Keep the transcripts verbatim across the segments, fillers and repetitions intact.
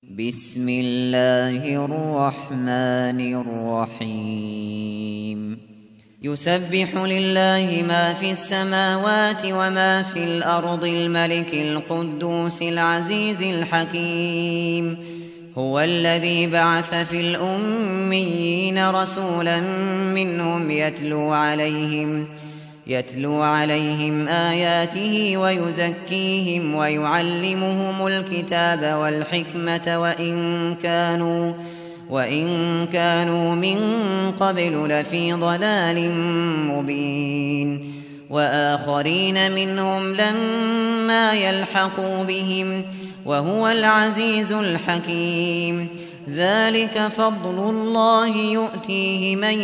بسم الله الرحمن الرحيم يسبح لله ما في السماوات وما في الأرض الملك القدوس العزيز الحكيم هو الذي بعث في الأميين رسولا منهم يتلو عليهم يتلو عليهم آياته ويزكيهم ويعلمهم الكتاب والحكمة وإن كانوا وإن كانوا من قبل لفي ضلال مبين وآخرين منهم لما يلحقوا بهم وهو العزيز الحكيم ذلك فضل الله يؤتيه من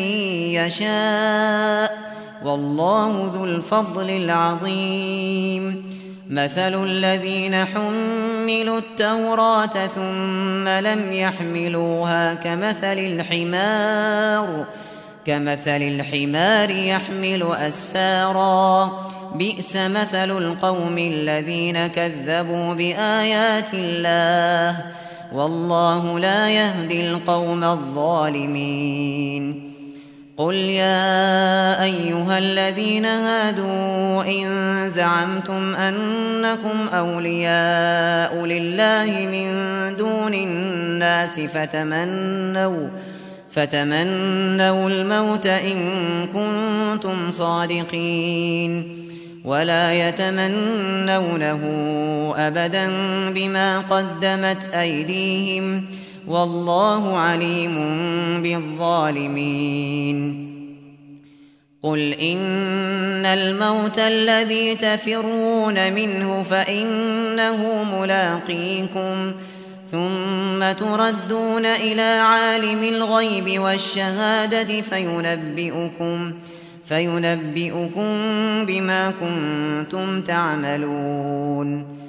يشاء والله ذو الفضل العظيم مثل الذين حملوا التوراة ثم لم يحملوها كمثل الحمار كمثل الحمار يحمل أسفارا بئس مثل القوم الذين كذبوا بآيات الله والله لا يهدي القوم الظالمين قل يا أيها الذين هادوا إن زعمتم أنكم أولياء لله من دون الناس فتمنوا فتمنوا الموت إن كنتم صادقين ولا يتمنونه أبدا بما قدمت أيديهم والله عليم بالظالمين قل إن الموت الذي تفرون منه فإنه ملاقيكم ثم تردون إلى عالم الغيب والشهادة فينبئكم فينبئكم بما كنتم تعملون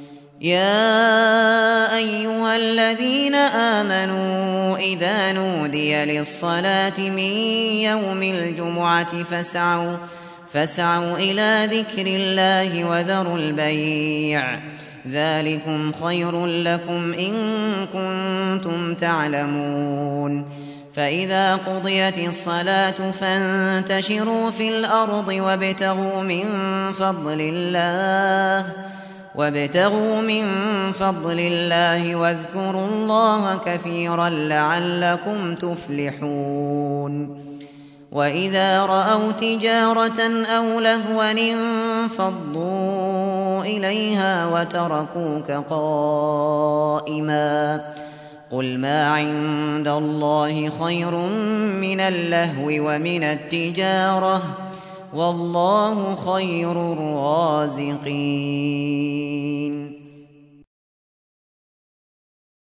يا أيها الذين آمنوا إذا نودي للصلاة من يوم الجمعة فاسعوا فاسعوا إلى ذكر الله وذروا البيع ذلكم خير لكم إن كنتم تعلمون فإذا قضيت الصلاة فانتشروا في الأرض وابتغوا من فضل الله وابتغوا من فضل الله واذكروا الله كثيرا لعلكم تفلحون وإذا رأوا تجارة أو لهوا انفضوا إليها وتركوك قائما قل ما عند الله خير من اللهو ومن التجارة والله خير الرازقين